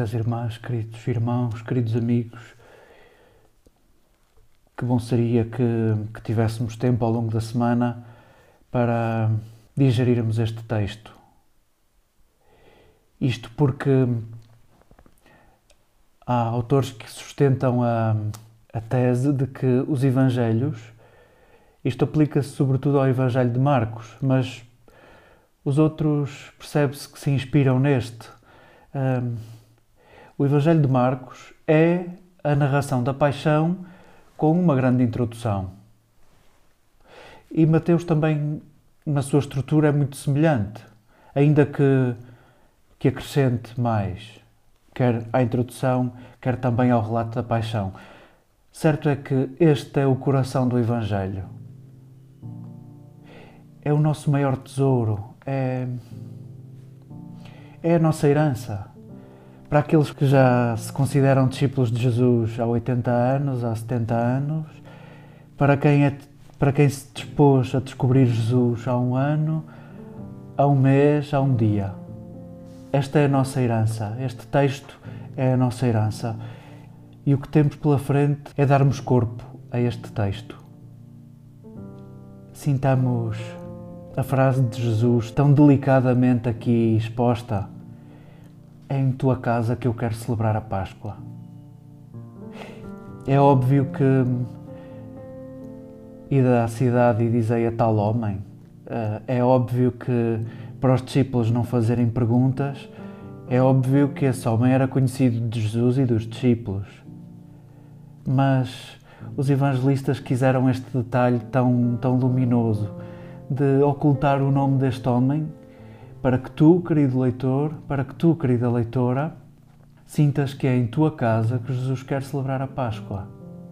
queridas irmãs, queridos irmãos, queridos amigos, que bom seria que tivéssemos tempo ao longo da semana para digerirmos este texto. Isto porque há autores que sustentam a tese de que os Evangelhos, isto aplica-se sobretudo ao Evangelho de Marcos, mas os outros percebe-se que se inspiram neste. O Evangelho de Marcos é a narração da paixão com uma grande introdução. E Mateus também, na sua estrutura, é muito semelhante, ainda que acrescente mais, quer à introdução, quer também ao relato da paixão. Certo é que este é o coração do Evangelho. É o nosso maior tesouro, é a nossa herança. Para aqueles que já se consideram discípulos de Jesus há 80 anos, há 70 anos, para quem se dispôs a descobrir Jesus há um ano, há um mês, há um dia. Esta é a nossa herança, este texto é a nossa herança. E o que temos pela frente é darmos corpo a este texto. Sintamos a frase de Jesus tão delicadamente aqui exposta: é em tua casa que eu quero celebrar a Páscoa. É óbvio que ida à cidade e dizei a tal homem, é óbvio que para os discípulos não fazerem perguntas, é óbvio que esse homem era conhecido de Jesus e dos discípulos. Mas os evangelistas quiseram este detalhe tão luminoso de ocultar o nome deste homem para que tu, querido leitor, para que tu, querida leitora, sintas que é em tua casa que Jesus quer celebrar a Páscoa.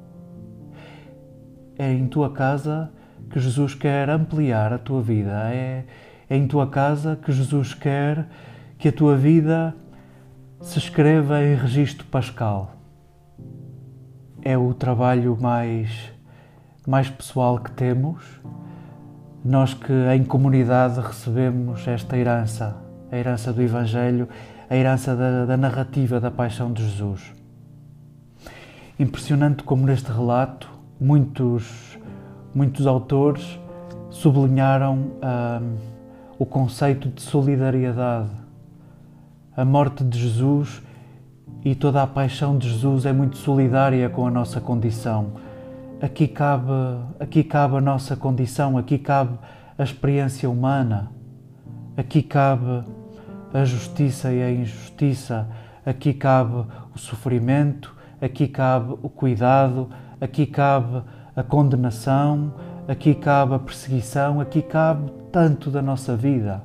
É em tua casa que Jesus quer ampliar a tua vida. É em tua casa que Jesus quer que a tua vida se escreva em registro pascal. É o trabalho mais pessoal que temos, nós que em comunidade recebemos esta herança, a herança do Evangelho, a herança da narrativa da paixão de Jesus. Impressionante como neste relato muitos autores sublinharam o conceito de solidariedade. A morte de Jesus e toda a paixão de Jesus é muito solidária com a nossa condição. Aqui cabe a nossa condição, aqui cabe a experiência humana, aqui cabe a justiça e a injustiça, aqui cabe o sofrimento, aqui cabe o cuidado, aqui cabe a condenação, aqui cabe a perseguição, aqui cabe tanto da nossa vida.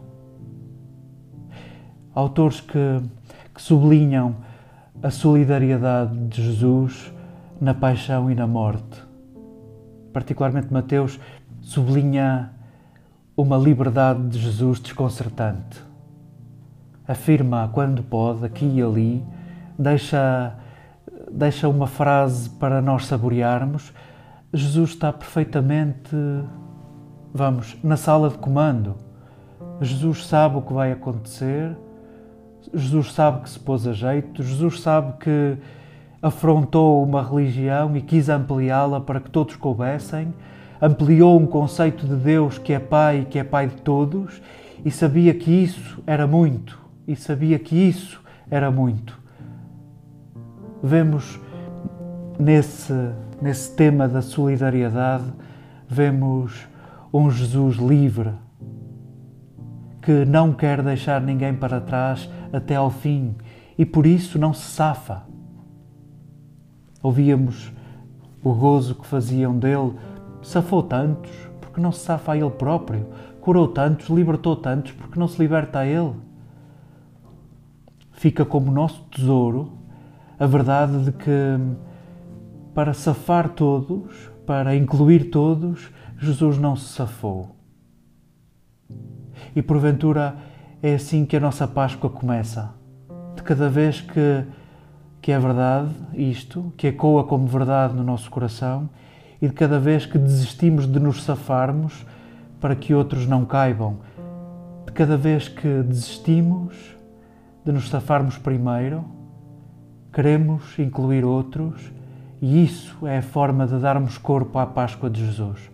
Autores que sublinham a solidariedade de Jesus na paixão e na morte. Particularmente Mateus sublinha uma liberdade de Jesus desconcertante. Afirma quando pode, aqui e ali, deixa uma frase para nós saborearmos. Jesus está perfeitamente, na sala de comando. Jesus sabe o que vai acontecer, Jesus sabe que se pôs a jeito, Jesus sabe que afrontou uma religião e quis ampliá-la para que todos coubessem, ampliou um conceito de Deus que é Pai de todos e sabia que isso era muito, Vemos nesse tema da solidariedade, vemos um Jesus livre, que não quer deixar ninguém para trás até ao fim e por isso não se safa. Ouvíamos o gozo que faziam dele, safou tantos, porque não se safa a ele próprio, curou tantos, libertou tantos, porque não se liberta a ele. Fica como nosso tesouro a verdade de que para safar todos, para incluir todos, Jesus não se safou. E porventura é assim que a nossa Páscoa começa. De cada vez que é verdade isto, que ecoa como verdade no nosso coração, e de cada vez que desistimos de nos safarmos para que outros não caibam, de cada vez que desistimos de nos safarmos primeiro, Queremos incluir outros e isso é a forma de darmos corpo à Páscoa de Jesus.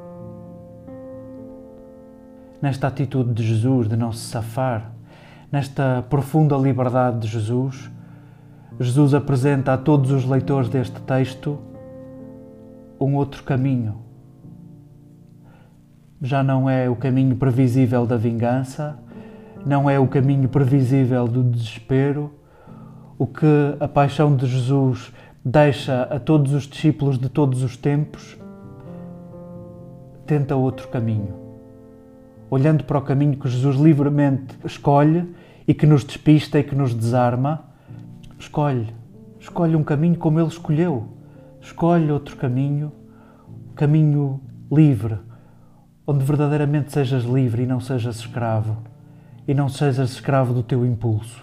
Nesta atitude de Jesus de não se safar, nesta profunda liberdade de Jesus, Jesus apresenta a todos os leitores deste texto um outro caminho. Já não é o caminho previsível da vingança, não é o caminho previsível do desespero. O que a paixão de Jesus deixa a todos os discípulos de todos os tempos, tenta outro caminho. Olhando para o caminho que Jesus livremente escolhe e que nos despista e que nos desarma, escolhe um caminho como Ele escolheu. Escolhe outro caminho, um caminho livre, onde verdadeiramente sejas livre e não sejas escravo, e não sejas escravo do teu impulso.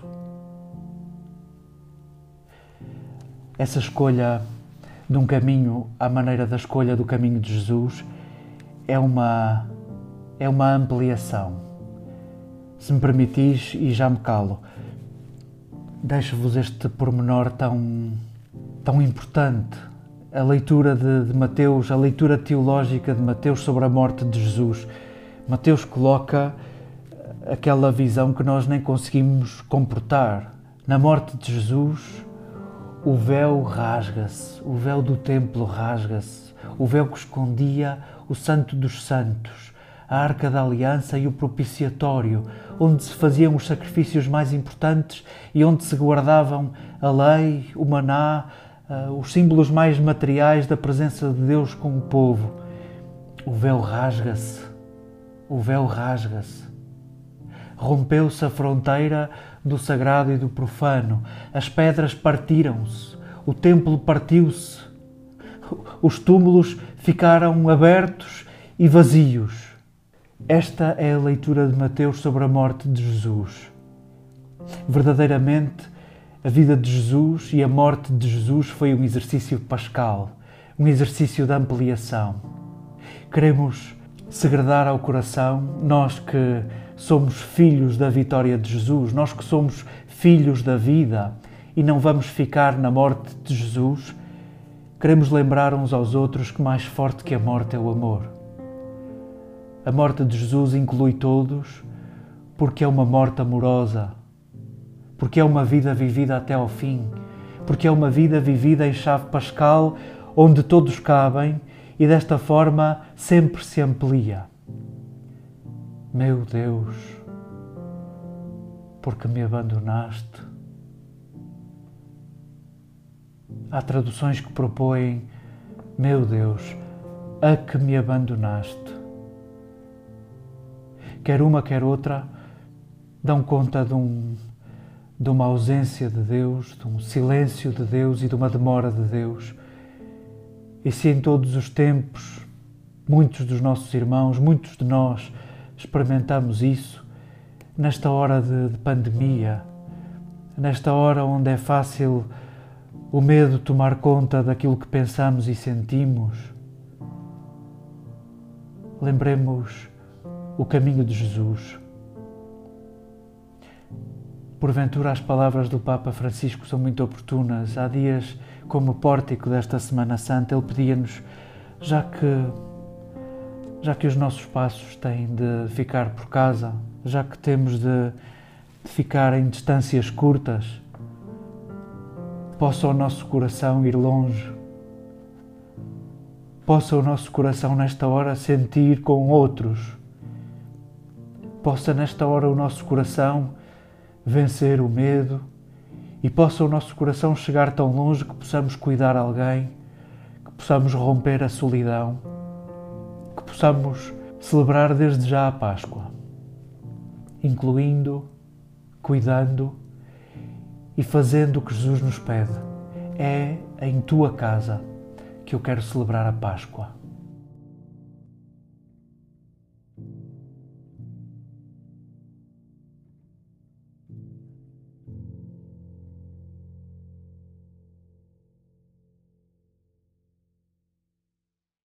Essa escolha de um caminho à maneira da escolha do caminho de Jesus é uma ampliação. Se me permitis, e já me calo, deixo-vos este pormenor tão importante. A leitura de Mateus, a leitura teológica de Mateus sobre a morte de Jesus. Mateus coloca aquela visão que nós nem conseguimos comportar. Na morte de Jesus, o véu rasga-se, o véu do templo rasga-se, o véu que escondia o Santo dos Santos, a Arca da Aliança e o propiciatório, onde se faziam os sacrifícios mais importantes e onde se guardavam a lei, o maná, os símbolos mais materiais da presença de Deus com o povo. O véu rasga-se, o véu rasga-se. Rompeu-se a fronteira do sagrado e do profano, as pedras partiram-se, o templo partiu-se, os túmulos ficaram abertos e vazios. Esta é a leitura de Mateus sobre a morte de Jesus. Verdadeiramente, a vida de Jesus e a morte de Jesus foi um exercício pascal, um exercício de ampliação. Queremos segredar ao coração, nós que somos filhos da vitória de Jesus, nós que somos filhos da vida e não vamos ficar na morte de Jesus, queremos lembrar uns aos outros que mais forte que a morte é o amor. A morte de Jesus inclui todos porque é uma morte amorosa, porque é uma vida vivida até ao fim, porque é uma vida vivida em chave pascal, onde todos cabem e desta forma sempre se amplia. Meu Deus, porque me abandonaste? Há traduções que propõem, meu Deus, a que me abandonaste. Quer uma, quer outra, dão conta de uma ausência de Deus, de um silêncio de Deus e de uma demora de Deus. E se em todos os tempos, muitos dos nossos irmãos, muitos de nós, experimentamos isso, nesta hora de pandemia, nesta hora onde é fácil o medo tomar conta daquilo que pensamos e sentimos, lembremos o caminho de Jesus. Porventura as palavras do Papa Francisco são muito oportunas. Há dias, como pórtico desta Semana Santa, ele pedia-nos, já que os nossos passos têm de ficar por casa, já que temos de ficar em distâncias curtas, possa o nosso coração ir longe, possa o nosso coração nesta hora sentir com outros, possa nesta hora o nosso coração vencer o medo e possa o nosso coração chegar tão longe que possamos cuidar alguém, que possamos romper a solidão, que possamos celebrar desde já a Páscoa, incluindo, cuidando e fazendo o que Jesus nos pede. É em tua casa que eu quero celebrar a Páscoa.